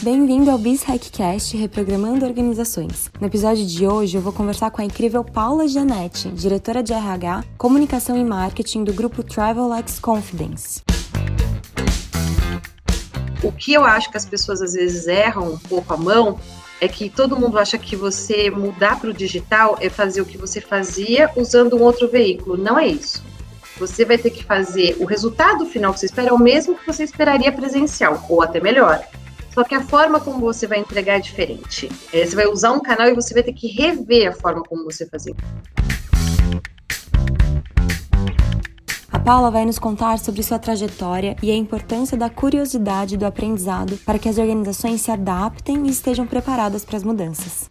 Bem-vindo ao Biz Hackcast Reprogramando Organizações. No episódio de hoje eu vou conversar com a incrível Paula Gianetti, diretora de RH, Comunicação e Marketing do grupo Travelex Confidence. O que eu acho que as pessoas às vezes erram um pouco a mão é que todo mundo acha que você mudar para o digital é fazer o que você fazia usando um outro veículo. Não é isso. Você vai ter que fazer, o resultado final que você espera é o mesmo que você esperaria presencial, ou até melhor. Só que a forma como você vai entregar é diferente. Você vai usar um canal e você vai ter que rever a forma como você fazia. A Paula vai nos contar sobre sua trajetória e a importância da curiosidade e do aprendizado para que as organizações se adaptem e estejam preparadas para as mudanças.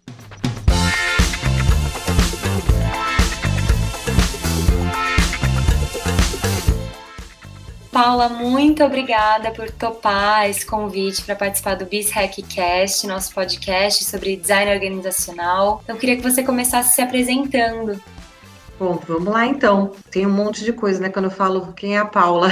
Paula, muito obrigada por topar esse convite para participar do Biz Hackcast, nosso podcast sobre design organizacional. Eu queria que você começasse se apresentando. Bom, vamos lá então. Tem um monte de coisa, né? Quando eu falo quem é a Paula.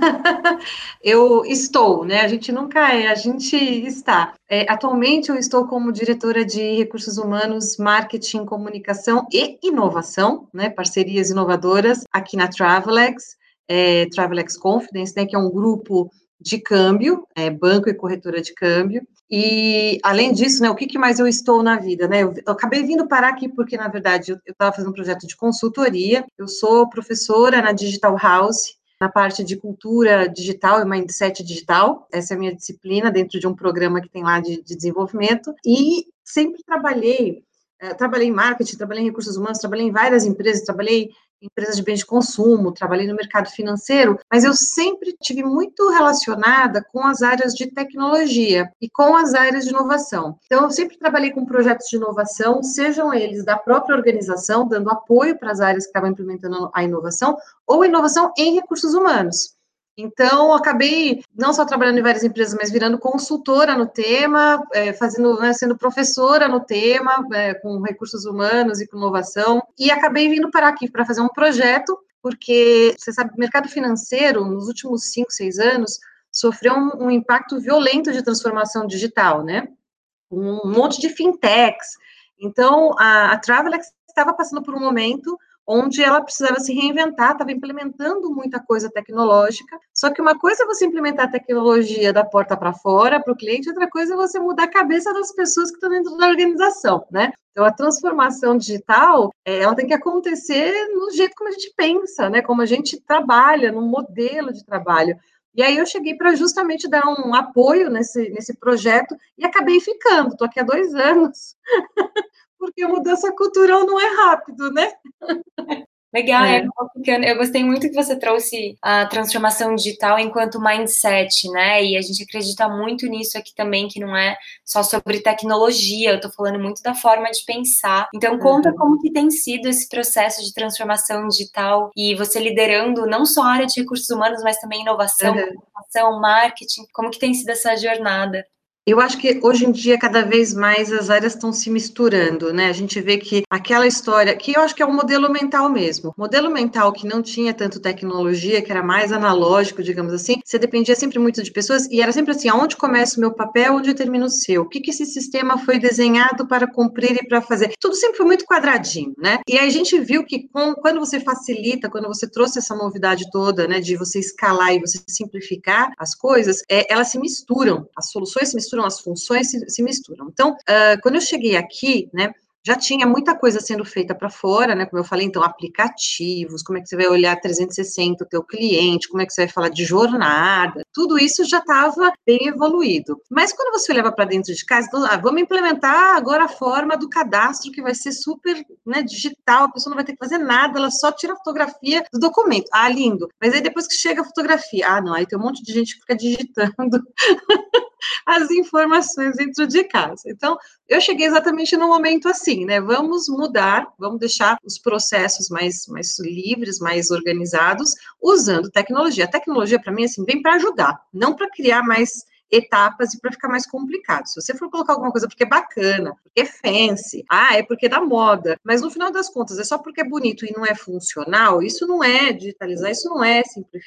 Eu estou, né? A gente nunca é, a gente está. Atualmente eu estou como diretora de recursos humanos, marketing, comunicação e inovação, né? Parcerias inovadoras aqui na Travelex. Travelex Confidence, né, que é um grupo de câmbio, banco e corretora de câmbio, e além disso, né, o que mais eu estou na vida, né, eu acabei vindo parar aqui porque, na verdade, eu estava fazendo um projeto de consultoria, eu sou professora na Digital House, na parte de cultura digital e mindset digital, essa é a minha disciplina dentro de um programa que tem lá de desenvolvimento, e sempre trabalhei em marketing, trabalhei em recursos humanos, trabalhei em várias empresas, trabalhei em empresas de bens de consumo, trabalhei no mercado financeiro, mas eu sempre tive muito relacionada com as áreas de tecnologia e com as áreas de inovação. Então, eu sempre trabalhei com projetos de inovação, sejam eles da própria organização, dando apoio para as áreas que estavam implementando a inovação, ou inovação em recursos humanos. Então, acabei não só trabalhando em várias empresas, mas virando consultora no tema, sendo professora no tema, com recursos humanos e com inovação, e acabei vindo parar aqui para fazer um projeto, porque, você sabe, o mercado financeiro, nos últimos 5, 6 anos, sofreu um impacto violento de transformação digital, né? Um monte de fintechs. Então, a Travelex estava passando por um momento onde ela precisava se reinventar, estava implementando muita coisa tecnológica, só que uma coisa é você implementar a tecnologia da porta para fora, para o cliente, outra coisa é você mudar a cabeça das pessoas que estão dentro da organização, né? Então, a transformação digital, ela tem que acontecer no jeito como a gente pensa, né? Como a gente trabalha, no modelo de trabalho. E aí eu cheguei para justamente dar um apoio nesse projeto e acabei ficando, estou aqui há 2 anos, porque a mudança cultural não é rápido, né? Legal, eu gostei muito que você trouxe a transformação digital enquanto mindset, né? E a gente acredita muito nisso aqui também, que não é só sobre tecnologia, eu tô falando muito da forma de pensar. Então, conta como que tem sido esse processo de transformação digital e você liderando não só a área de recursos humanos, mas também inovação, comunicação, marketing, como que tem sido essa jornada? Eu acho que hoje em dia, cada vez mais, as áreas estão se misturando, né? A gente vê que aquela história, que eu acho que é um modelo mental mesmo, modelo mental que não tinha tanto tecnologia, que era mais analógico, digamos assim, você dependia sempre muito de pessoas, e era sempre assim, aonde começa o meu papel, onde termina o seu? O que esse sistema foi desenhado para cumprir e para fazer? Tudo sempre foi muito quadradinho, né? E aí a gente viu que quando você facilita, quando você trouxe essa novidade toda, né, de você escalar e você simplificar as coisas, elas se misturam, as soluções se misturam, as funções se misturam. Então, quando eu cheguei aqui, né, já tinha muita coisa sendo feita para fora, né, como eu falei, então, aplicativos, como é que você vai olhar 360 o teu cliente, como é que você vai falar de jornada, tudo isso já estava bem evoluído. Mas quando você leva para dentro de casa, então, vamos implementar agora a forma do cadastro, que vai ser super, né, digital, a pessoa não vai ter que fazer nada, ela só tira a fotografia do documento. Ah, lindo. Mas aí depois que chega a fotografia, não, aí tem um monte de gente que fica digitando as informações dentro de casa. Então, eu cheguei exatamente no momento assim, né? Vamos mudar, vamos deixar os processos mais livres, mais organizados, usando tecnologia. A tecnologia, para mim, assim, vem para ajudar, não para criar mais etapas e para ficar mais complicado. Se você for colocar alguma coisa porque é bacana, porque é fancy, é porque é da moda, mas no final das contas é só porque é bonito e não é funcional, isso não é digitalizar, isso não é simplificar.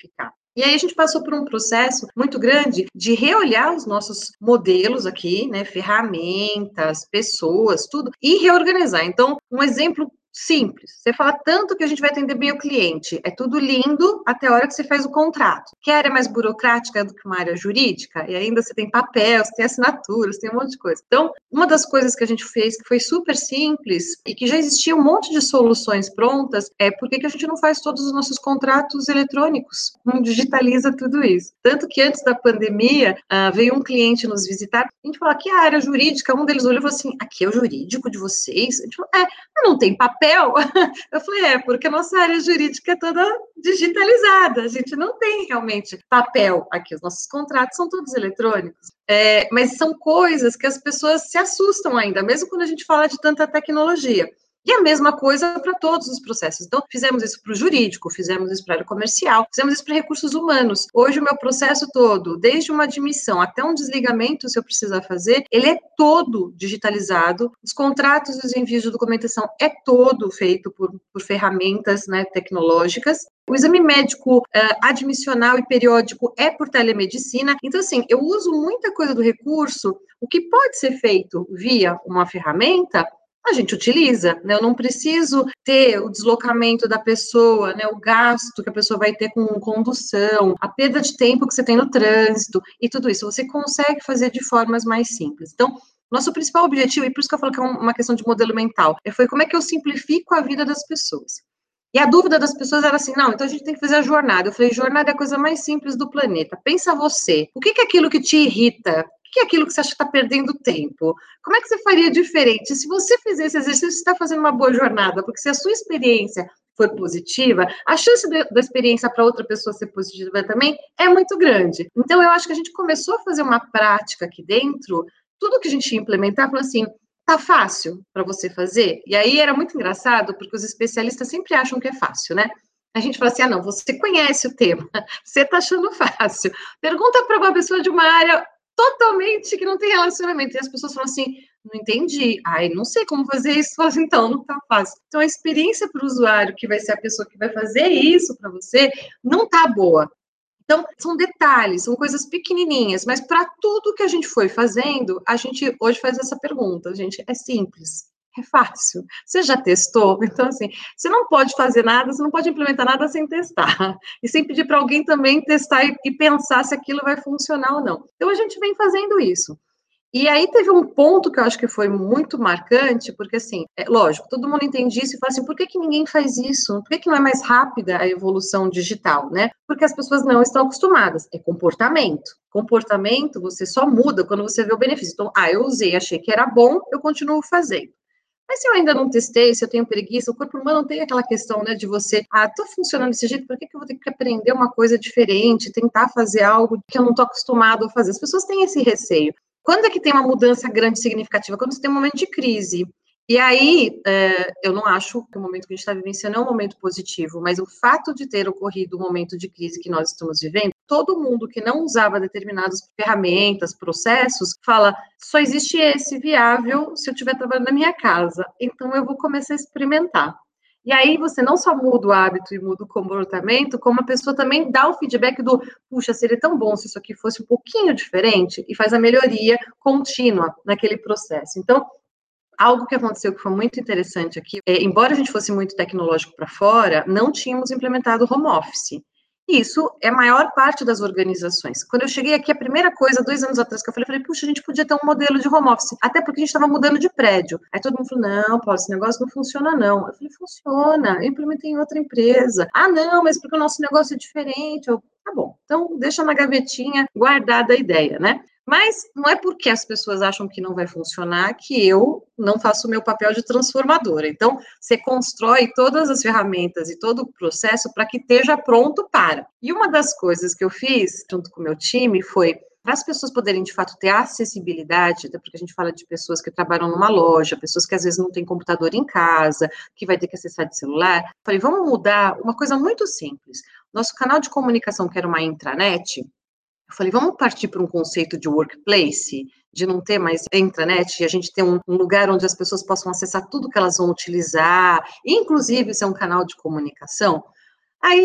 E aí a gente passou por um processo muito grande de reolhar os nossos modelos aqui, né, ferramentas, pessoas, tudo, e reorganizar. Então, um exemplo simples, você fala tanto que a gente vai atender bem o cliente, é tudo lindo até a hora que você faz o contrato. Que área é mais burocrática do que uma área jurídica? E ainda você tem papel, você tem assinaturas, tem um monte de coisa. Então, uma das coisas que a gente fez que foi super simples e que já existia um monte de soluções prontas é por que a gente não faz todos os nossos contratos eletrônicos? Não digitaliza tudo isso. Tanto que antes da pandemia, veio um cliente nos visitar, a gente falou, aqui é a área jurídica, um deles olhou e falou assim, aqui é o jurídico de vocês? A gente falou, não tem papel? Eu falei, porque a nossa área jurídica é toda digitalizada, a gente não tem realmente papel aqui, os nossos contratos são todos eletrônicos. Mas são coisas que as pessoas se assustam ainda, mesmo quando a gente fala de tanta tecnologia. E a mesma coisa para todos os processos. Então, fizemos isso para o jurídico, fizemos isso para a área comercial, fizemos isso para recursos humanos. Hoje, o meu processo todo, desde uma admissão até um desligamento, se eu precisar fazer, ele é todo digitalizado. Os contratos e os envios de documentação é todo feito por ferramentas, né, tecnológicas. O exame médico admissional e periódico é por telemedicina. Então, assim, eu uso muita coisa do recurso. O que pode ser feito via uma ferramenta, a gente utiliza, né? Eu não preciso ter o deslocamento da pessoa, né? O gasto que a pessoa vai ter com condução, a perda de tempo que você tem no trânsito e tudo isso. Você consegue fazer de formas mais simples. Então, nosso principal objetivo, e por isso que eu falo que é uma questão de modelo mental, foi como é que eu simplifico a vida das pessoas. E a dúvida das pessoas era assim, não, então a gente tem que fazer a jornada. Eu falei, jornada é a coisa mais simples do planeta. Pensa você, o que é aquilo que te irrita? O que é aquilo que você acha que está perdendo tempo? Como é que você faria diferente? Se você fizer esse exercício, você está fazendo uma boa jornada, porque se a sua experiência for positiva, a chance da experiência para outra pessoa ser positiva também é muito grande. Então, eu acho que a gente começou a fazer uma prática aqui dentro, tudo que a gente ia implementar, falou assim, tá fácil para você fazer? E aí era muito engraçado, porque os especialistas sempre acham que é fácil, né? A gente fala assim, não, você conhece o tema, você tá achando fácil. Pergunta para uma pessoa de uma área totalmente que não tem relacionamento. E as pessoas falam assim, não entendi, não sei como fazer isso. Falo assim, então, não tá fácil. Então, a experiência para o usuário, que vai ser a pessoa que vai fazer isso para você, não tá boa. Então, são detalhes, são coisas pequenininhas, mas para tudo que a gente foi fazendo, a gente hoje faz essa pergunta, gente, é simples, é fácil. Você já testou? Então, assim, você não pode fazer nada, você não pode implementar nada sem testar. E sem pedir para alguém também testar e pensar se aquilo vai funcionar ou não. Então, a gente vem fazendo isso. E aí teve um ponto que eu acho que foi muito marcante, porque assim, lógico, todo mundo entende isso e fala assim, por que ninguém faz isso? Por que não é mais rápida a evolução digital, né? Porque as pessoas não estão acostumadas. É comportamento. Comportamento você só muda quando você vê o benefício. Então, eu usei, achei que era bom, eu continuo fazendo. Mas se eu ainda não testei, se eu tenho preguiça, o corpo humano não tem aquela questão, né, de você, tô funcionando desse jeito, por que eu vou ter que aprender uma coisa diferente, tentar fazer algo que eu não tô acostumado a fazer? As pessoas têm esse receio. Quando é que tem uma mudança grande, significativa? Quando você tem um momento de crise. E aí, eu não acho que o momento que a gente está vivenciando é um momento positivo, mas o fato de ter ocorrido um momento de crise que nós estamos vivendo, todo mundo que não usava determinadas ferramentas, processos, fala, só existe esse viável se eu estiver trabalhando na minha casa, então eu vou começar a experimentar. E aí você não só muda o hábito e muda o comportamento, como a pessoa também dá o feedback do, puxa, seria tão bom se isso aqui fosse um pouquinho diferente, e faz a melhoria contínua naquele processo. Então, algo que aconteceu que foi muito interessante aqui, embora a gente fosse muito tecnológico para fora, não tínhamos implementado home office. Isso é a maior parte das organizações. Quando eu cheguei aqui, a primeira coisa, 2 anos atrás, que eu falei, puxa, a gente podia ter um modelo de home office, até porque a gente estava mudando de prédio. Aí todo mundo falou, não, Paulo, esse negócio não funciona, não. Eu falei, funciona, eu implementei em outra empresa. Não, mas porque o nosso negócio é diferente. Tá bom, então deixa na gavetinha guardada a ideia, né? Mas não é porque as pessoas acham que não vai funcionar que eu não faço o meu papel de transformadora. Então, você constrói todas as ferramentas e todo o processo para que esteja pronto para. E uma das coisas que eu fiz, junto com o meu time, foi para as pessoas poderem, de fato, ter acessibilidade, até porque a gente fala de pessoas que trabalham numa loja, pessoas que às vezes não têm computador em casa, que vai ter que acessar de celular. Falei, vamos mudar uma coisa muito simples. Nosso canal de comunicação, que era uma intranet, eu falei, vamos partir para um conceito de workplace, de não ter mais intranet, e a gente ter um lugar onde as pessoas possam acessar tudo que elas vão utilizar, inclusive ser um canal de comunicação. Aí,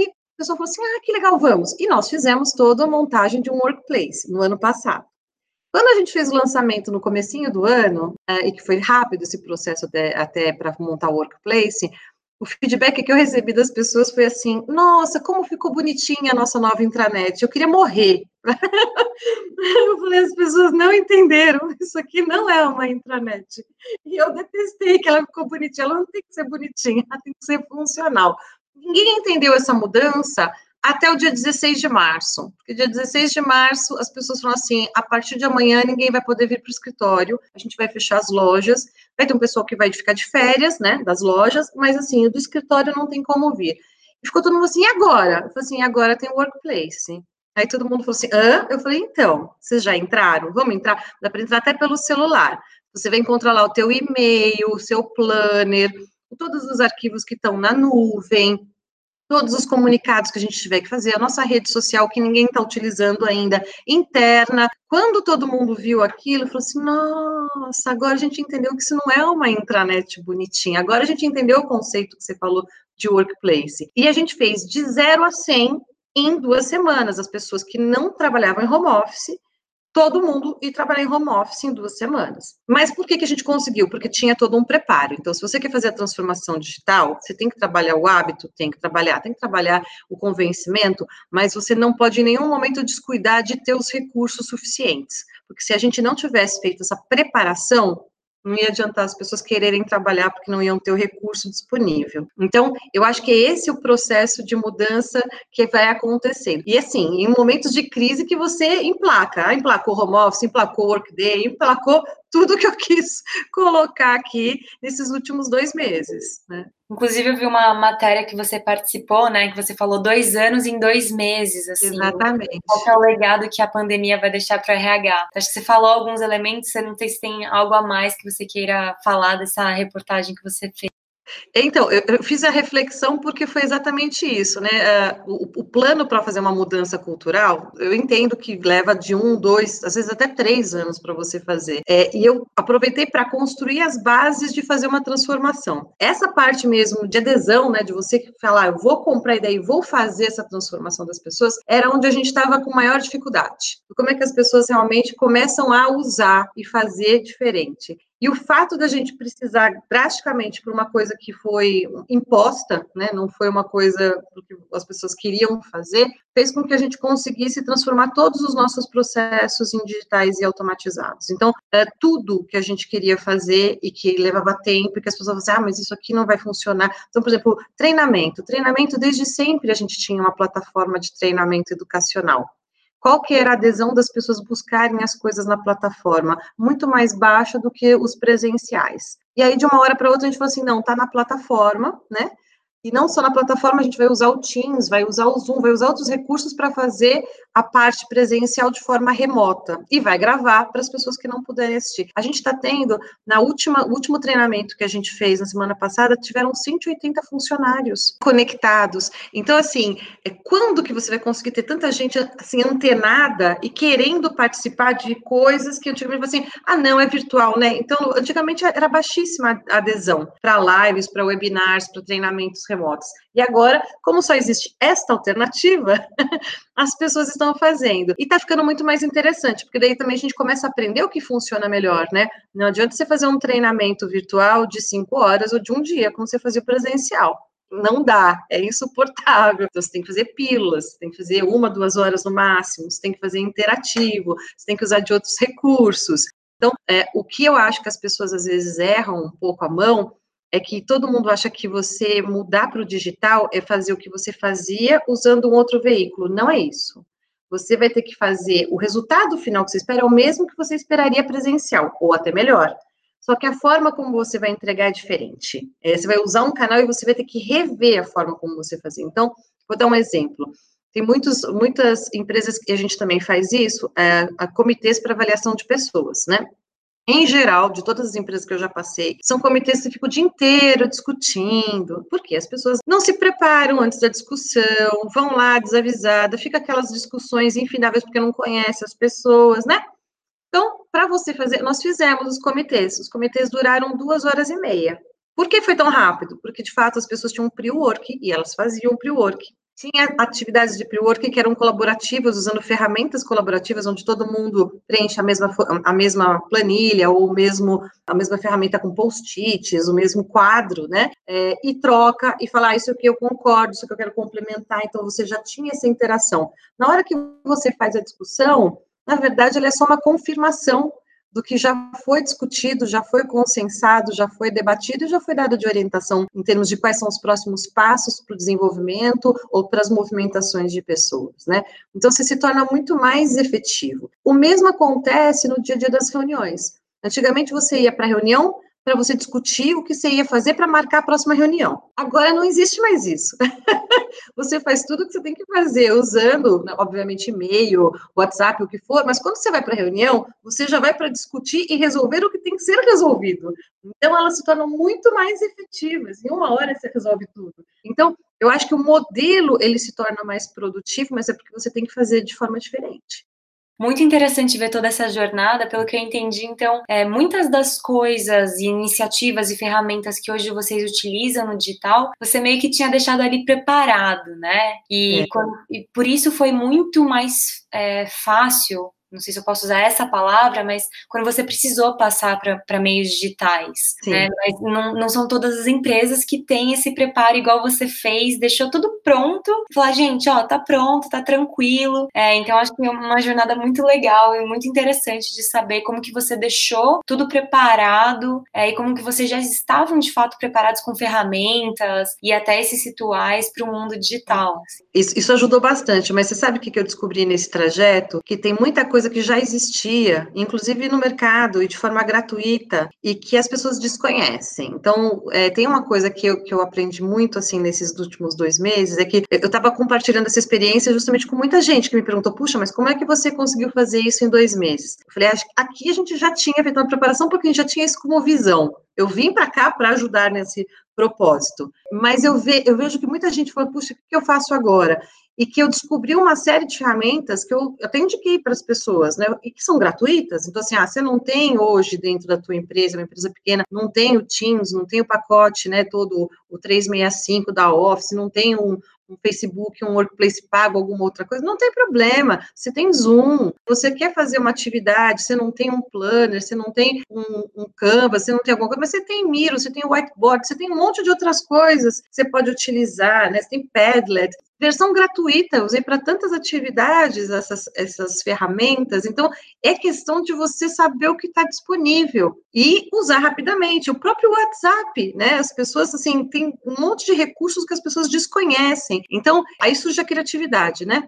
pessoa falou assim, que legal, vamos. E nós fizemos toda a montagem de um workplace no ano passado. Quando a gente fez o lançamento no comecinho do ano, e que foi rápido esse processo até para montar o workplace, o feedback que eu recebi das pessoas foi assim, nossa, como ficou bonitinha a nossa nova intranet, eu queria morrer. Eu falei, as pessoas não entenderam, isso aqui não é uma intranet. E eu detestei que ela ficou bonitinha, ela não tem que ser bonitinha, ela tem que ser funcional. Ninguém entendeu essa mudança até o dia 16 de março. Porque dia 16 de março, as pessoas falam assim, a partir de amanhã ninguém vai poder vir para o escritório, a gente vai fechar as lojas, vai ter um pessoal que vai ficar de férias, né, das lojas, mas assim, o do escritório não tem como vir. E ficou todo mundo assim, e agora? Eu falei assim, agora tem o workplace. Aí todo mundo falou assim, Eu falei, então, vocês já entraram? Vamos entrar? Dá para entrar até pelo celular. Você vai encontrar lá o teu e-mail, o seu planner, todos os arquivos que estão na nuvem, todos os comunicados que a gente tiver que fazer, a nossa rede social que ninguém está utilizando ainda, interna. Quando todo mundo viu aquilo, falou assim, nossa, agora a gente entendeu que isso não é uma intranet bonitinha, agora a gente entendeu o conceito que você falou de workplace. E a gente fez de 0 a 100 em 2 semanas, as pessoas que não trabalhavam em home office, todo mundo ir trabalhar em home office em 2 semanas. Mas por que a gente conseguiu? Porque tinha todo um preparo. Então, se você quer fazer a transformação digital, você tem que trabalhar o hábito, tem que trabalhar o convencimento, mas você não pode em nenhum momento descuidar de ter os recursos suficientes. Porque se a gente não tivesse feito essa preparação, não ia adiantar as pessoas quererem trabalhar porque não iam ter o recurso disponível. Então, eu acho que é esse o processo de mudança que vai acontecendo. E assim, em momentos de crise que você emplaca, emplacou home office, emplacou workday, emplacou tudo que eu quis colocar aqui nesses últimos 2 meses, né? Inclusive, eu vi uma matéria que você participou, né? Que você falou 2 anos em 2 meses, assim. Qual que Exatamente. é o legado que a pandemia vai deixar para o RH? Acho que você falou alguns elementos, você não sei se tem algo a mais que você queira falar dessa reportagem que você fez. Então, eu fiz a reflexão porque foi exatamente isso, né? O plano para fazer uma mudança cultural, eu entendo que leva de 1, 2, às vezes até 3 anos para você fazer. E eu aproveitei para construir as bases de fazer uma transformação. Essa parte mesmo de adesão, né? De você falar, eu vou comprar ideia e vou fazer essa transformação das pessoas, era onde a gente estava com maior dificuldade. Como é que as pessoas realmente começam a usar e fazer diferente? E o fato da gente precisar drasticamente por uma coisa que foi imposta, né, não foi uma coisa que as pessoas queriam fazer, fez com que a gente conseguisse transformar todos os nossos processos em digitais e automatizados. Então, tudo que a gente queria fazer e que levava tempo, e que as pessoas falavam mas isso aqui não vai funcionar. Então, por exemplo, treinamento. Treinamento, desde sempre a gente tinha uma plataforma de treinamento educacional. Qual que era a adesão das pessoas buscarem as coisas na plataforma? Muito mais baixa do que os presenciais. E aí, de uma hora para outra, a gente falou assim, não, está na plataforma, né? E não só na plataforma, a gente vai usar o Teams, vai usar o Zoom, vai usar outros recursos para fazer a parte presencial de forma remota. E vai gravar para as pessoas que não puderem assistir. A gente está tendo, último treinamento que a gente fez na semana passada, tiveram 180 funcionários conectados. Então, assim, quando que você vai conseguir ter tanta gente, assim, antenada e querendo participar de coisas que antigamente, assim, não, é virtual, né? Então, antigamente era baixíssima a adesão para lives, para webinars, para treinamentos remotos. E agora, como só existe esta alternativa, as pessoas estão fazendo. E está ficando muito mais interessante, porque daí também a gente começa a aprender o que funciona melhor, né? Não adianta você fazer um treinamento virtual de 5 horas ou de um dia, como você fazia presencial. Não dá, é insuportável. Então, você tem que fazer pílulas, você tem que fazer 1, 2 horas no máximo, você tem que fazer interativo, você tem que usar de outros recursos. Então, o que eu acho que as pessoas às vezes erram um pouco a mão é que todo mundo acha que você mudar para o digital é fazer o que você fazia usando um outro veículo. Não é isso. Você vai ter que fazer, o resultado final que você espera é o mesmo que você esperaria presencial, ou até melhor. Só que a forma como você vai entregar é diferente. Você vai usar um canal e você vai ter que rever a forma como você fazer. Então, vou dar um exemplo. Tem muitas empresas que a gente também faz isso, comitês para avaliação de pessoas, né? Em geral, de todas as empresas que eu já passei, são comitês que ficam o dia inteiro discutindo, porque as pessoas não se preparam antes da discussão, vão lá desavisada, fica aquelas discussões infindáveis porque não conhece as pessoas, né? Então, para você fazer, nós fizemos os comitês duraram 2 horas e meia. Por que foi tão rápido? Porque, de fato, as pessoas tinham um pre-work e elas faziam o pre-work. Tinha atividades de pre-work que eram colaborativas, usando ferramentas colaborativas, onde todo mundo preenche a mesma planilha, ou mesmo a mesma ferramenta com post-its, o mesmo quadro, né? E troca, e fala, isso aqui eu concordo, isso aqui eu quero complementar, então você já tinha essa interação. Na hora que você faz a discussão, na verdade, ela é só uma confirmação do que já foi discutido, já foi consensado, já foi debatido e já foi dado de orientação em termos de quais são os próximos passos para o desenvolvimento ou para as movimentações de pessoas, né? Então, você se torna muito mais efetivo. O mesmo acontece no dia a dia das reuniões. Antigamente, você ia para a reunião para você discutir o que você ia fazer para marcar a próxima reunião. Agora não existe mais isso. Você faz tudo o que você tem que fazer, usando, obviamente, e-mail, WhatsApp, o que for, mas quando você vai para a reunião, você já vai para discutir e resolver o que tem que ser resolvido. Então, elas se tornam muito mais efetivas. Em uma hora, você resolve tudo. Então, eu acho que o modelo, ele se torna mais produtivo, mas é porque você tem que fazer de forma diferente. Muito interessante ver toda essa jornada, pelo que eu entendi, então, muitas das coisas, iniciativas e ferramentas que hoje vocês utilizam no digital, você meio que tinha deixado ali preparado, né? E por isso foi muito mais fácil, não sei se eu posso usar essa palavra, mas quando você precisou passar para meios digitais, né? Mas não são todas as empresas que têm esse preparo igual você fez, deixou tudo pronto, e falar, gente, ó, tá pronto, tá tranquilo. Então, acho que é uma jornada muito legal e muito interessante de saber como que você deixou tudo preparado, e como que vocês já estavam, de fato, preparados com ferramentas e até esses rituais para o mundo digital. Assim. Isso ajudou bastante, mas você sabe o que eu descobri nesse trajeto? Que tem muita coisa que já existia, inclusive no mercado e de forma gratuita, e que as pessoas desconhecem. Então, tem uma coisa que eu aprendi muito, assim, nesses últimos 2 meses, é que eu estava compartilhando essa experiência justamente com muita gente que me perguntou, puxa, mas como é que você conseguiu fazer isso em 2 meses? Eu falei, acho que aqui a gente já tinha feito uma preparação, porque a gente já tinha isso como visão. Eu vim para cá para ajudar nesse propósito. Mas eu vejo que muita gente fala, puxa, o que eu faço agora? E que eu descobri uma série de ferramentas que eu até indiquei para as pessoas, né, e que são gratuitas. Então, assim, você não tem hoje dentro da tua empresa, uma empresa pequena, não tem o Teams, não tem o pacote, né, todo o 365 da Office, não tem um Facebook, um Workplace pago, alguma outra coisa, não tem problema, você tem Zoom, você quer fazer uma atividade, você não tem um planner, você não tem um Canva, você não tem alguma coisa, mas você tem Miro, você tem o Whiteboard, você tem um monte de outras coisas que você pode utilizar, né, você tem Padlet, versão gratuita, eu usei para tantas atividades essas ferramentas, então é questão de você saber o que está disponível e usar rapidamente. O próprio WhatsApp, né? As pessoas, assim, tem um monte de recursos que as pessoas desconhecem. Então, aí surge a criatividade, né?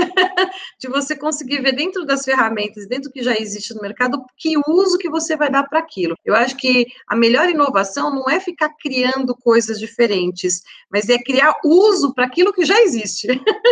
De você conseguir ver dentro das ferramentas, dentro do que já existe no mercado, que uso que você vai dar para aquilo. Eu acho que a melhor inovação não é ficar criando coisas diferentes, mas é criar uso para aquilo que já existe.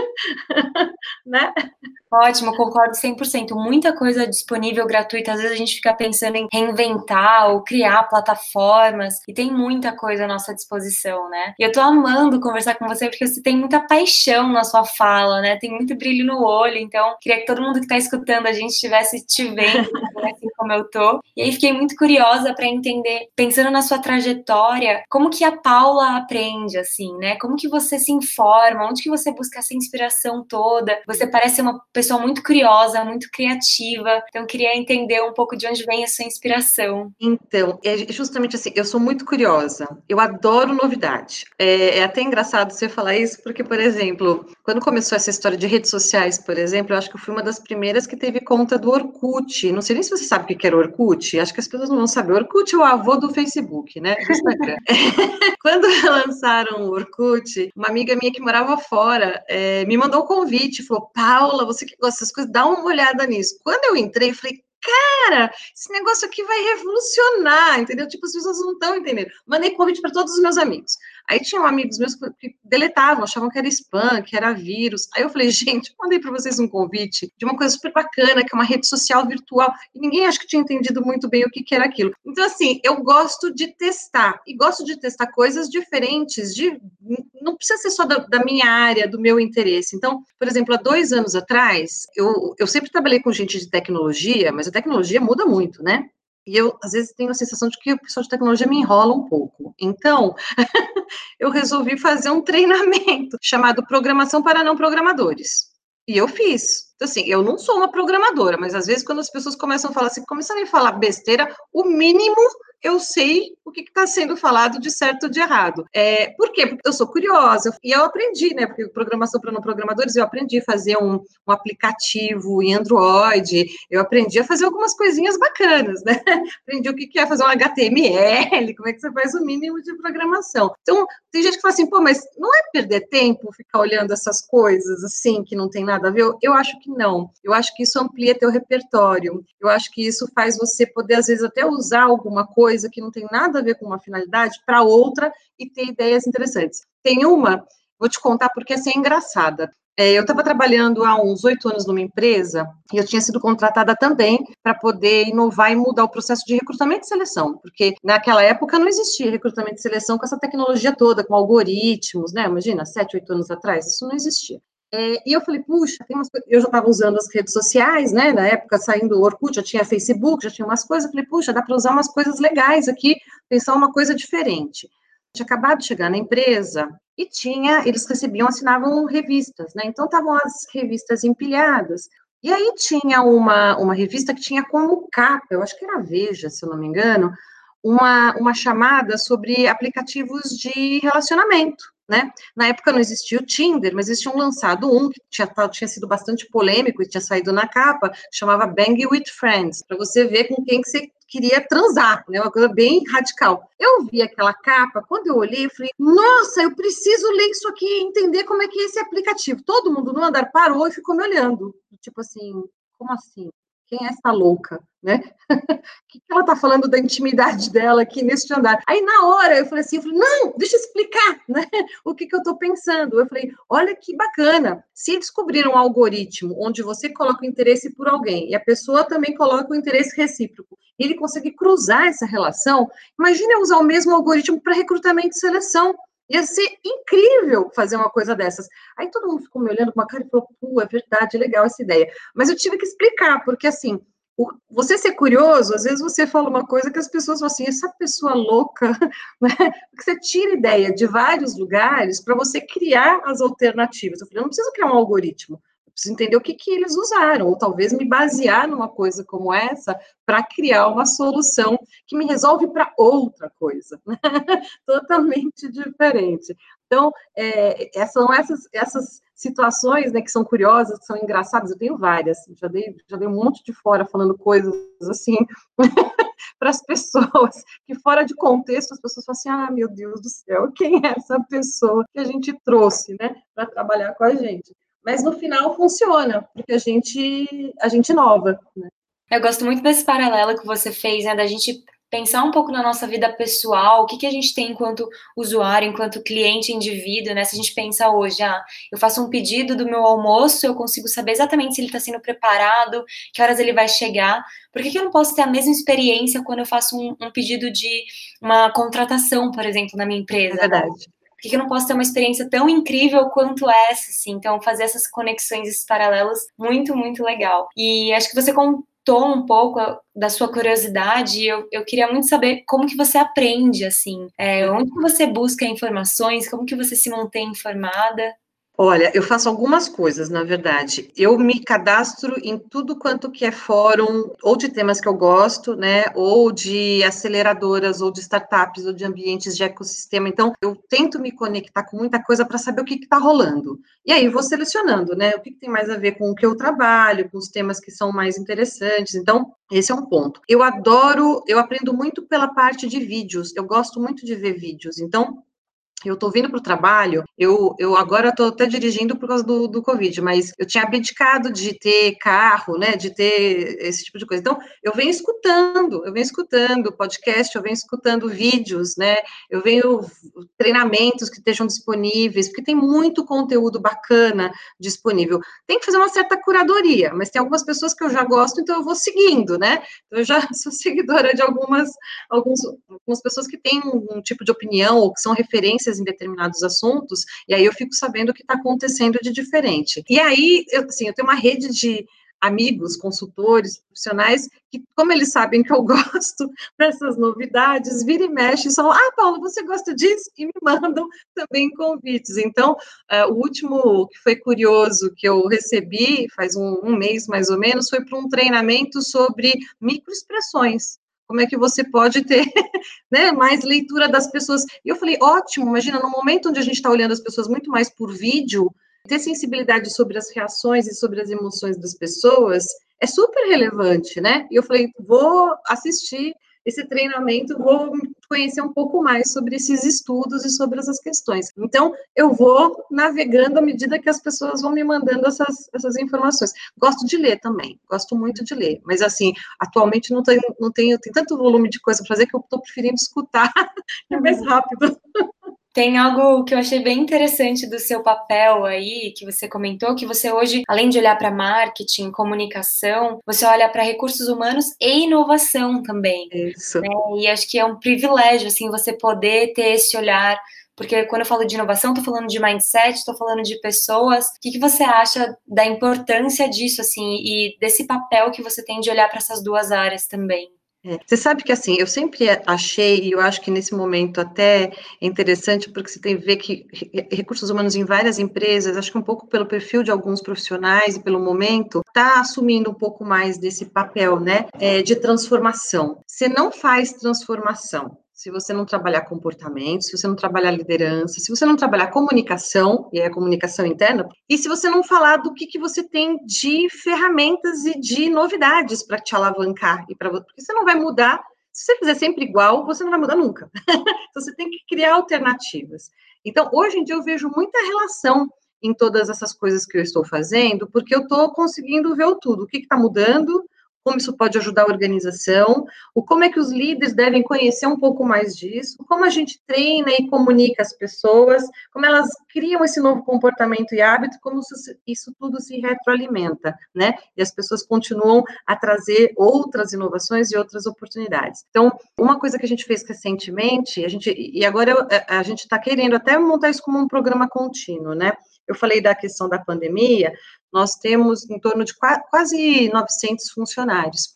Né? Ótimo, concordo 100%. Muita coisa disponível gratuita. Às vezes a gente fica pensando em reinventar ou criar plataformas e tem muita coisa à nossa disposição, né? E eu tô amando conversar com você porque você tem muita paixão na sua fala, né? Tem muito brilho no olho. Então, queria que todo mundo que tá escutando a gente estivesse te vendo, assim como eu tô. E aí fiquei muito curiosa para entender, pensando na sua trajetória, como que a Paula aprende, assim, né? Como que você se informa? Onde que você busca essa inspiração toda? Você parece uma pessoa muito curiosa, muito criativa, então eu queria entender um pouco de onde vem a sua inspiração. Então, é justamente assim, eu sou muito curiosa, eu adoro novidade. É até engraçado você falar isso, porque, por exemplo, quando começou essa história de redes sociais, por exemplo, eu acho que eu fui uma das primeiras que teve conta do Orkut. Não sei nem se você sabe o que era o Orkut, acho que as pessoas não vão saber. O Orkut é o avô do Facebook, né? Do Instagram. Quando lançaram o Orkut, uma amiga minha que morava fora me mandou um convite, falou, Paula, você que gosta dessas coisas, dá uma olhada nisso. Quando eu entrei, eu falei, cara, esse negócio aqui vai revolucionar, entendeu? Tipo, as pessoas não estão entendendo. Mandei convite para todos os meus amigos. Aí tinham amigos meus que deletavam, achavam que era spam, que era vírus. Aí eu falei, gente, eu mandei para vocês um convite de uma coisa super bacana, que é uma rede social virtual, e ninguém acho que tinha entendido muito bem o que era aquilo. Então, assim, eu gosto de testar, e gosto de testar coisas diferentes, não precisa ser só da minha área, do meu interesse. Então, por exemplo, há 2 anos atrás, eu sempre trabalhei com gente de tecnologia, mas a tecnologia muda muito, né? E eu, às vezes, tenho a sensação de que o pessoal de tecnologia me enrola um pouco. Então, eu resolvi fazer um treinamento chamado Programação para Não Programadores. E eu fiz. Então, assim, eu não sou uma programadora, mas às vezes quando as pessoas começam a falar assim, começam a falar besteira, o mínimo eu sei o que está sendo falado de certo ou de errado. Por quê? Porque eu sou curiosa, e eu aprendi, né? Porque programação para não programadores, eu aprendi a fazer um aplicativo em Android, eu aprendi a fazer algumas coisinhas bacanas, né? Aprendi o que é fazer um HTML, como é que você faz o mínimo de programação. Então, tem gente que fala assim, pô, mas não é perder tempo ficar olhando essas coisas assim, que não tem nada a ver? Eu acho que não. Eu acho que isso amplia teu repertório. Eu acho que isso faz você poder, às vezes, até usar alguma coisa que não tem nada a ver com uma finalidade para outra e ter ideias interessantes. Tem uma, vou te contar porque essa é engraçada. Eu estava trabalhando há uns 8 anos numa empresa e eu tinha sido contratada também para poder inovar e mudar o processo de recrutamento e seleção, porque naquela época não existia recrutamento e seleção com essa tecnologia toda, com algoritmos, né? Imagina, 7, 8 anos atrás, isso não existia. E eu falei, puxa, tem umas coisas. Eu já estava usando as redes sociais, né? Na época, saindo do Orkut, já tinha Facebook, já tinha umas coisas. Eu falei, puxa, dá para usar umas coisas legais aqui, pensar uma coisa diferente. Tinha acabado de chegar na empresa e eles recebiam, assinavam revistas, né? Então, estavam as revistas empilhadas. E aí tinha uma revista que tinha como capa, eu acho que era a Veja, se eu não me engano, uma chamada sobre aplicativos de relacionamento, né? Na época não existia o Tinder, mas eles tinham lançado um que tinha sido bastante polêmico e tinha saído na capa, chamava Bang with Friends, para você ver com quem que você queria transar, né? Uma coisa bem radical. Eu vi aquela capa, quando eu olhei, eu falei, nossa, eu preciso ler isso aqui e entender como é que é esse aplicativo. Todo mundo no andar parou e ficou me olhando, tipo assim, como assim? Quem é essa louca, né? O que ela está falando da intimidade dela aqui nesse andar? Aí, na hora, eu falei assim, não, deixa eu explicar, né, o que eu estou pensando. Eu falei, olha que bacana, se descobrir um algoritmo onde você coloca o interesse por alguém e a pessoa também coloca o interesse recíproco, e ele consegue cruzar essa relação, imagine usar o mesmo algoritmo para recrutamento e seleção. Ia ser incrível fazer uma coisa dessas. Aí todo mundo ficou me olhando com uma cara e falou, pô, é verdade, legal essa ideia. Mas eu tive que explicar, porque assim, você ser curioso, às vezes você fala uma coisa que as pessoas falam assim, essa pessoa louca, né? Porque você tira ideia de vários lugares para você criar as alternativas. Eu falei, eu não preciso criar um algoritmo, eu preciso entender o que eles usaram, ou talvez me basear numa coisa como essa para criar uma solução que me resolve para outra coisa, né? Totalmente diferente. Então, são essas situações, né, que são curiosas, que são engraçadas, eu tenho várias, já dei um monte de fora falando coisas assim para as pessoas, que fora de contexto as pessoas falam assim, ah, meu Deus do céu, quem é essa pessoa que a gente trouxe, né, para trabalhar com a gente? Mas no final funciona, porque a gente inova, né? Eu gosto muito desse paralelo que você fez, né, da gente pensar um pouco na nossa vida pessoal, o que que a gente tem enquanto usuário, enquanto cliente, indivíduo, né? Se a gente pensa hoje, eu faço um pedido do meu almoço, eu consigo saber exatamente se ele está sendo preparado, que horas ele vai chegar. Por que que eu não posso ter a mesma experiência quando eu faço um pedido de uma contratação, por exemplo, na minha empresa? É verdade. Por que que eu não posso ter uma experiência tão incrível quanto essa, assim? Então, fazer essas conexões, esses paralelos, muito, muito legal. E acho que você contou um pouco da sua curiosidade, eu queria muito saber como que você aprende, assim, onde que você busca informações, como que você se mantém informada? Olha, eu faço algumas coisas, na verdade. Eu me cadastro em tudo quanto que é fórum, ou de temas que eu gosto, né, ou de aceleradoras, ou de startups, ou de ambientes de ecossistema. Então, eu tento me conectar com muita coisa para saber o que está rolando. E aí, vou selecionando, né, o que tem mais a ver com o que eu trabalho, com os temas que são mais interessantes. Então, esse é um ponto. Eu aprendo muito pela parte de vídeos. Eu gosto muito de ver vídeos. Então, eu estou vindo para o trabalho, eu agora estou até dirigindo por causa do Covid, mas eu tinha abdicado de ter carro, né, de ter esse tipo de coisa. Então, eu venho escutando podcast, eu venho escutando vídeos, né, eu venho treinamentos que estejam disponíveis, porque tem muito conteúdo bacana disponível. Tem que fazer uma certa curadoria, mas tem algumas pessoas que eu já gosto, então eu vou seguindo, né? Eu já sou seguidora de algumas pessoas que têm um tipo de opinião ou que são referências em determinados assuntos, e aí eu fico sabendo o que está acontecendo de diferente. E aí, eu tenho uma rede de amigos, consultores, profissionais, que, como eles sabem que eu gosto dessas novidades, vira e mexe e falam, Paulo, você gosta disso? E me mandam também convites. Então, o último que foi curioso que eu recebi, faz um mês mais ou menos, foi para um treinamento sobre microexpressões. Como é que você pode ter né, mais leitura das pessoas. E eu falei, ótimo, imagina, no momento onde a gente está olhando as pessoas muito mais por vídeo, ter sensibilidade sobre as reações e sobre as emoções das pessoas é super relevante, né? E eu falei, vou assistir esse treinamento, vou conhecer um pouco mais sobre esses estudos e sobre essas questões. Então, eu vou navegando à medida que as pessoas vão me mandando essas informações. Gosto de ler também, gosto muito de ler, mas assim, atualmente tem tanto volume de coisa para fazer que eu estou preferindo escutar, é mais rápido. Tem algo que eu achei bem interessante do seu papel aí, que você comentou, que você hoje, além de olhar para marketing, comunicação, você olha para recursos humanos e inovação também. Isso. Né? E acho que é um privilégio, assim, você poder ter esse olhar, porque quando eu falo de inovação, estou falando de mindset, estou falando de pessoas. O que você acha da importância disso, assim, e desse papel que você tem de olhar para essas duas áreas também? Você sabe que, assim, eu sempre achei, e eu acho que nesse momento até é interessante, porque você tem que ver que recursos humanos em várias empresas, acho que um pouco pelo perfil de alguns profissionais e pelo momento, está assumindo um pouco mais desse papel, né, de transformação. Você não faz transformação se você não trabalhar comportamento, se você não trabalhar liderança, se você não trabalhar comunicação, e é a comunicação interna, e se você não falar do que você tem de ferramentas e de novidades para te alavancar, porque você não vai mudar, se você fizer sempre igual, você não vai mudar nunca. Então, você tem que criar alternativas. Então, hoje em dia, eu vejo muita relação em todas essas coisas que eu estou fazendo, porque eu estou conseguindo ver o tudo, o que está mudando, como isso pode ajudar a organização, como é que os líderes devem conhecer um pouco mais disso, como a gente treina e comunica as pessoas, como elas criam esse novo comportamento e hábito, como isso tudo se retroalimenta, né? E as pessoas continuam a trazer outras inovações e outras oportunidades. Então, uma coisa que a gente fez recentemente, e agora a gente está querendo até montar isso como um programa contínuo, né? Eu falei da questão da pandemia, nós temos em torno de quase 900 funcionários,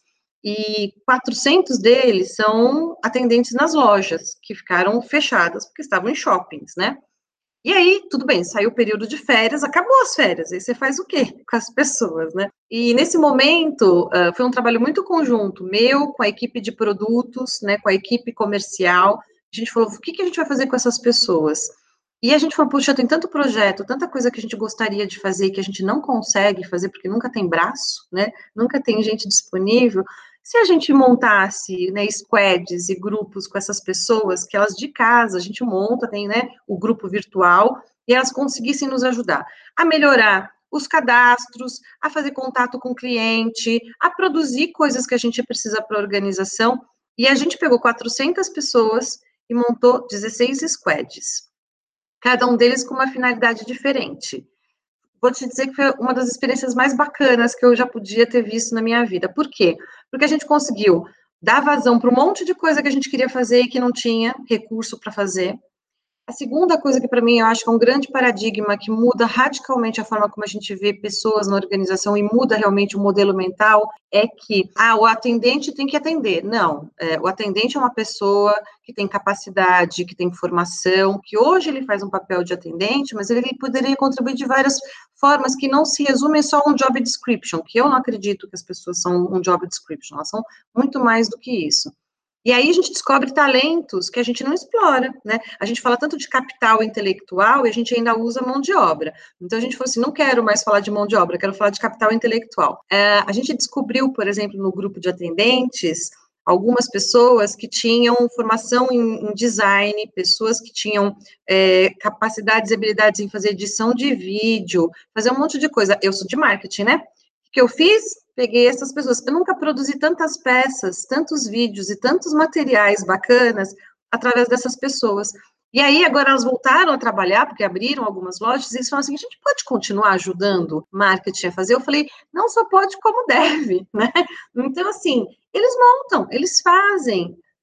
e 400 deles são atendentes nas lojas, que ficaram fechadas porque estavam em shoppings, né? E aí, tudo bem, saiu o período de férias, acabou as férias, aí você faz o quê com as pessoas, né? E nesse momento, foi um trabalho muito conjunto, meu, com a equipe de produtos, né, com a equipe comercial, a gente falou, o que a gente vai fazer com essas pessoas? E a gente falou, puxa, tem tanto projeto, tanta coisa que a gente gostaria de fazer que a gente não consegue fazer porque nunca tem braço, né? Nunca tem gente disponível. Se a gente montasse, né, squads e grupos com essas pessoas, que elas de casa, a gente monta, tem, né, o grupo virtual, e elas conseguissem nos ajudar a melhorar os cadastros, a fazer contato com o cliente, a produzir coisas que a gente precisa para a organização, e a gente pegou 400 pessoas e montou 16 squads, cada um deles com uma finalidade diferente. Vou te dizer que foi uma das experiências mais bacanas que eu já podia ter visto na minha vida. Por quê? Porque a gente conseguiu dar vazão para um monte de coisa que a gente queria fazer e que não tinha recurso para fazer. A segunda coisa que, para mim, eu acho que é um grande paradigma que muda radicalmente a forma como a gente vê pessoas na organização e muda realmente o modelo mental, é que, o atendente tem que atender. Não, o atendente é uma pessoa que tem capacidade, que tem formação, que hoje ele faz um papel de atendente, mas ele poderia contribuir de várias formas que não se resumem só a um job description, que eu não acredito que as pessoas são um job description, elas são muito mais do que isso. E aí a gente descobre talentos que a gente não explora, né? A gente fala tanto de capital intelectual e a gente ainda usa mão de obra. Então a gente falou assim, não quero mais falar de mão de obra, quero falar de capital intelectual. A gente descobriu, por exemplo, no grupo de atendentes, algumas pessoas que tinham formação em design, pessoas que tinham capacidades e habilidades em fazer edição de vídeo, fazer um monte de coisa. Eu sou de marketing, né? O que eu fiz? Peguei essas pessoas. Eu nunca produzi tantas peças, tantos vídeos e tantos materiais bacanas através dessas pessoas. E aí, agora elas voltaram a trabalhar, porque abriram algumas lojas, e eles falaram assim, a gente pode continuar ajudando marketing a fazer? Eu falei, não só pode, como deve, né? Então, assim, eles montam, eles fazem.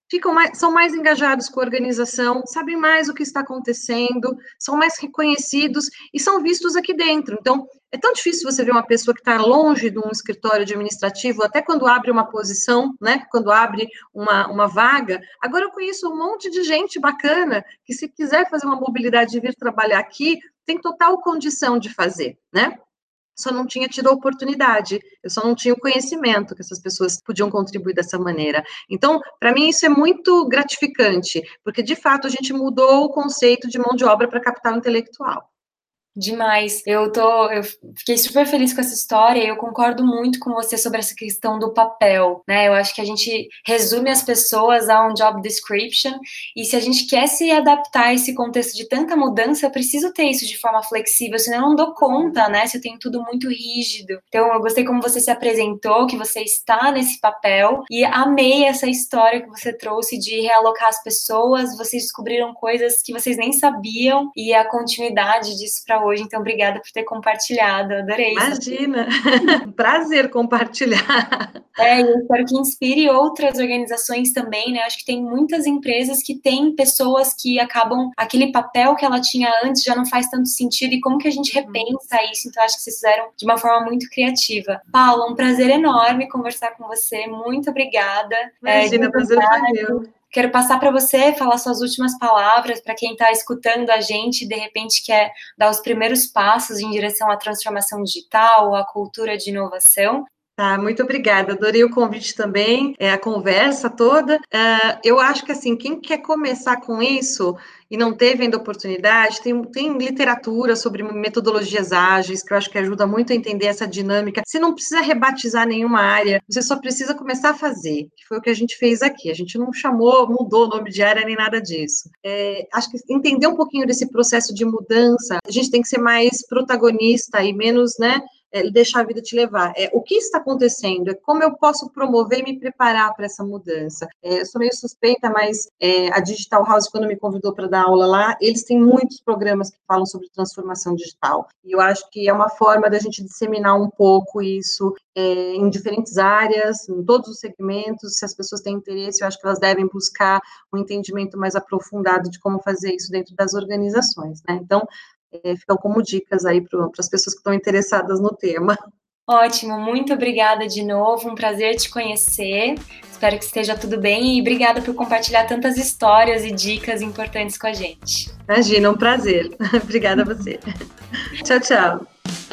são mais engajados com a organização, sabem mais o que está acontecendo, são mais reconhecidos e são vistos aqui dentro. Então, é tão difícil você ver uma pessoa que está longe de um escritório administrativo, até quando abre uma posição, né? Quando abre uma vaga. Agora eu conheço um monte de gente bacana que, se quiser fazer uma mobilidade e vir trabalhar aqui, tem total condição de fazer, né? Só não tinha tido a oportunidade, eu só não tinha o conhecimento que essas pessoas podiam contribuir dessa maneira. Então, para mim, isso é muito gratificante, porque, de fato, a gente mudou o conceito de mão de obra para capital intelectual. Demais. Eu fiquei super feliz com essa história e eu concordo muito com você sobre essa questão do papel, né? Eu acho que a gente resume as pessoas a um job description e se a gente quer se adaptar a esse contexto de tanta mudança, eu preciso ter isso de forma flexível, senão eu não dou conta, né? Se eu tenho tudo muito rígido. Então, eu gostei como você se apresentou, que você está nesse papel e amei essa história que você trouxe de realocar as pessoas, vocês descobriram coisas que vocês nem sabiam e a continuidade disso para hoje, então obrigada por ter compartilhado, adorei. Imagina, um prazer compartilhar. Eu espero que inspire outras organizações também, né? Acho que tem muitas empresas que têm pessoas que acabam, aquele papel que ela tinha antes já não faz tanto sentido, e como que a gente repensa isso? Então acho que vocês fizeram de uma forma muito criativa. Paula, um prazer enorme conversar com você, muito obrigada. Imagina, prazer foi meu. Quero passar para você falar suas últimas palavras para quem está escutando a gente e de repente quer dar os primeiros passos em direção à transformação digital, à cultura de inovação. Tá, muito obrigada, adorei o convite também, a conversa toda. Eu acho que, assim, quem quer começar com isso e não teve ainda oportunidade, tem literatura sobre metodologias ágeis, que eu acho que ajuda muito a entender essa dinâmica. Você não precisa rebatizar nenhuma área, você só precisa começar a fazer, que foi o que a gente fez aqui. A gente não mudou o nome de área nem nada disso. Acho que entender um pouquinho desse processo de mudança, a gente tem que ser mais protagonista e menos, né, deixar a vida te levar. O que está acontecendo? Como eu posso promover e me preparar para essa mudança? Eu sou meio suspeita, mas a Digital House, quando me convidou para dar aula lá, eles têm muitos programas que falam sobre transformação digital. E eu acho que é uma forma da gente disseminar um pouco isso em diferentes áreas, em todos os segmentos. Se as pessoas têm interesse, eu acho que elas devem buscar um entendimento mais aprofundado de como fazer isso dentro das organizações, né? Então, ficam como dicas aí para as pessoas que estão interessadas no tema. Ótimo, muito obrigada de novo, um prazer te conhecer, espero que esteja tudo bem e obrigada por compartilhar tantas histórias e dicas importantes com a gente. Imagina, um prazer. Obrigada a você. Tchau, tchau.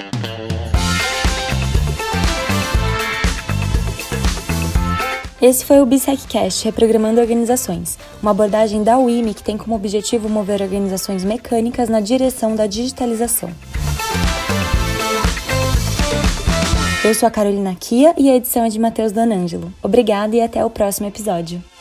Esse foi o BSecCast, Reprogramando Organizações, uma abordagem da UIME que tem como objetivo mover organizações mecânicas na direção da digitalização. Eu sou a Carolina Kia e a edição é de Matheus Donângelo. Obrigada e até o próximo episódio.